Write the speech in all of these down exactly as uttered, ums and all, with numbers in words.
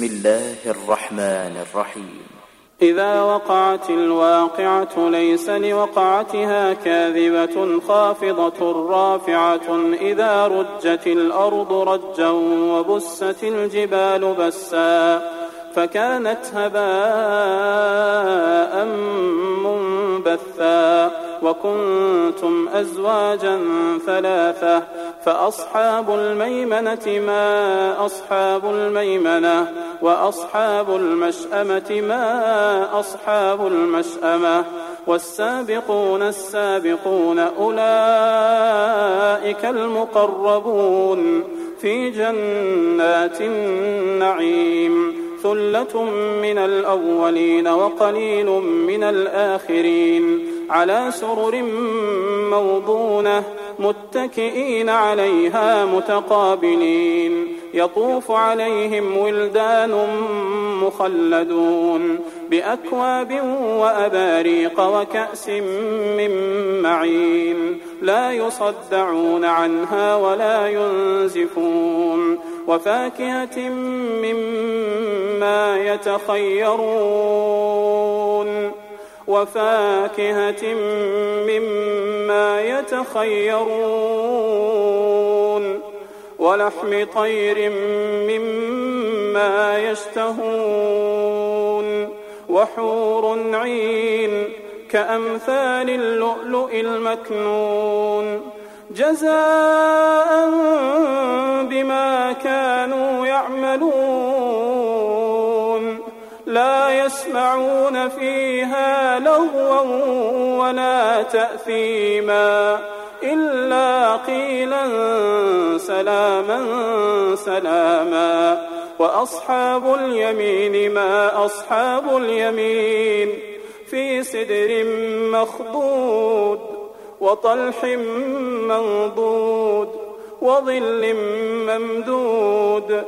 بسم الله الرحمن الرحيم. إذا وقعت الواقعة ليس لوقعتها كاذبة خافضة رافعة إذا رجت الأرض رجا وبست الجبال بسا فكانت هباء منبثا وكنتم أزواجا ثلاثة فأصحاب الميمنة ما أصحاب الميمنة وأصحاب المشأمة ما أصحاب المشأمة والسابقون السابقون أولئك المقربون في جنات النعيم ثلة من الأولين وقليل من الآخرين على سرر موضونة متكئين عليها متقابلين يطوف عليهم ولدان مخلدون بأكواب وأباريق وكأس من معين لا يصدعون عنها ولا ينزفون وفاكهة مما يتخيرون وفاكهة مما يتخيرون ولحم طير مما يشتهون وحور عين كأمثال اللؤلؤ المكنون جزاء بما كانوا يعملون لا يسمعون فيها لغوا ولا تأثيما إلا قيلا سلاما سلاما وأصحاب اليمين ما أصحاب اليمين في سدر مخضود وطلح منضود وظل ممدود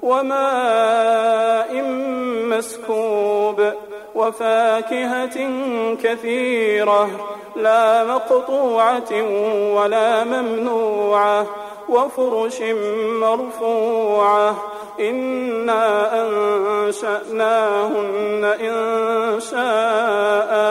وماء مسكوب وفاكهة كثيرة لا مقطوعة ولا ممنوعة وفرش مرفوعة إنا أنشأناهن إنشاء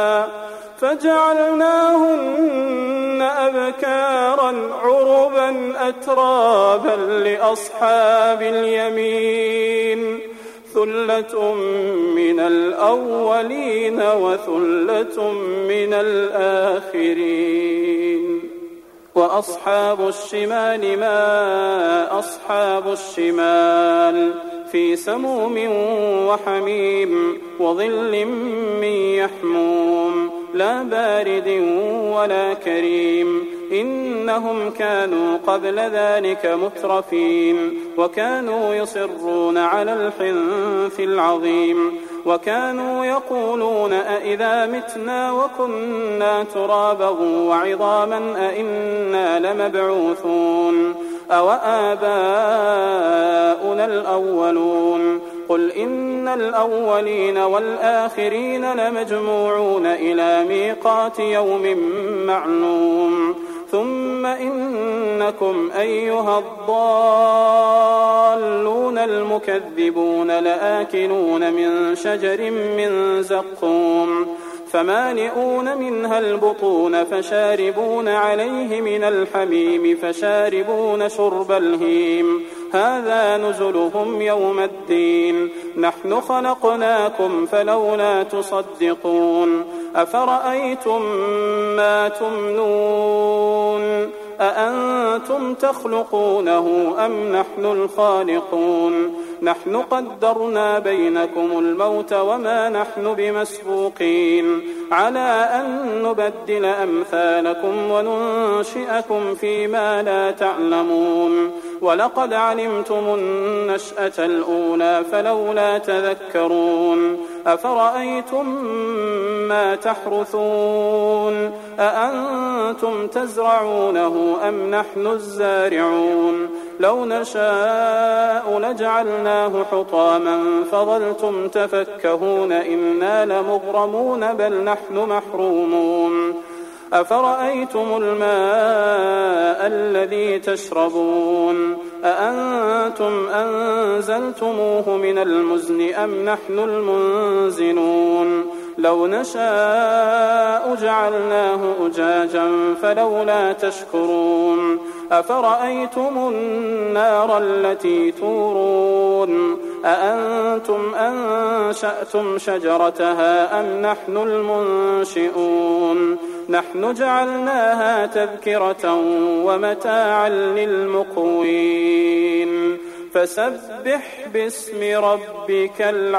فجعلناهن أبكارا عربا أترابا لأصحاب اليمين ثلة من الأولين وثلة من الآخرين وأصحاب الشمال ما أصحاب الشمال في سموم وحميم وظل من يحموم لا بارد ولا كريم إنهم كانوا قبل ذلك مترفين وكانوا يصرون على الحنث العظيم وكانوا يقولون أئذا متنا وكنا ترابا وعظاما أئنا لمبعوثون أو آباؤنا الأولون قل إن الأولين والآخرين لمجموعون إلى ميقات يوم معلوم ثم إنكم أيها الضالون المكذبون لآكلون من شجر من زقوم فمالئون منها البطون فشاربون عليه من الحميم فشاربون شرب الهيم هذا نزلهم يوم الدين نحن خلقناكم فلولا تصدقون أفرأيتم ما تمنون أأنتم تخلقونه أم نحن الخالقون نحن قدرنا بينكم الموت وما نحن بمسبوقين على أن نبدل أمثالكم وننشئكم فيما لا تعلمون ولقد علمتم النشأة الأولى فلولا تذكرون أفرأيتم ما تحرثون أأنتم تزرعونه أم نحن الزارعون لو نشاء لجعلناه حطاما فظلتم تفكهون إنا لمغرمون بل نحن محرومون أفرأيتم الماء الذي تشربون أأنتم أنزلتموه من المزن أم نحن المنزلون لو نشاء جعلناه أجاجا فلولا تشكرون أفرأيتم النار التي تورون أأنتم أنشأتم شجرتها أم نحن المنشئون نحن جعلناها تذكرة ومتاعا للمقوين فسبح باسم ربك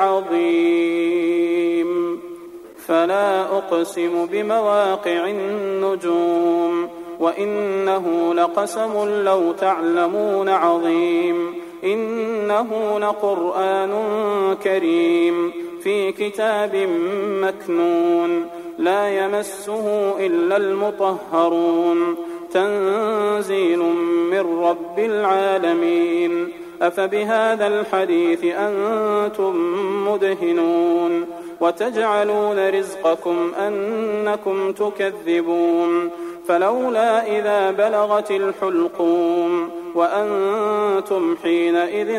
العظيم فلا أقسم بمواقع النجوم وإنه لقسم لو تعلمون عظيم إنه لقرآن كريم في كتاب مكنون لا يمسه إلا المطهرون تنزيل من رب العالمين أفبهذا الحديث أنتم مدهنون وتجعلون رزقكم أنكم تكذبون فلولا إذا بلغت الحلقوم وأنتم حينئذ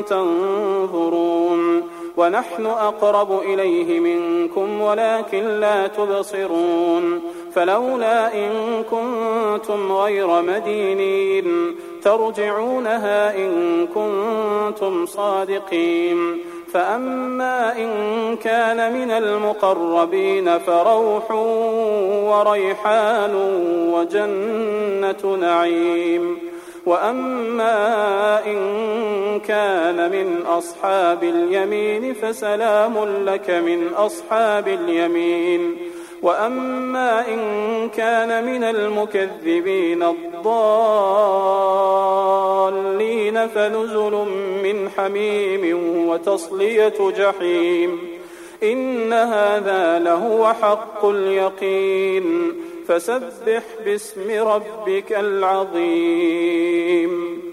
تنظرون ونحن أقرب إليه منكم ولكن لا تبصرون فلولا إن كنتم غير مدينين ترجعونها إن كنتم صادقين فأما إن كان من المقربين فروح وريحان وجنة نعيم وأما إن كان من أصحاب اليمين فسلام لك من أصحاب اليمين وأما إن كان من المكذبين الضالين فنزل من حميم وتصلية جحيم إن هذا لهو حق اليقين فسبح باسم ربك العظيم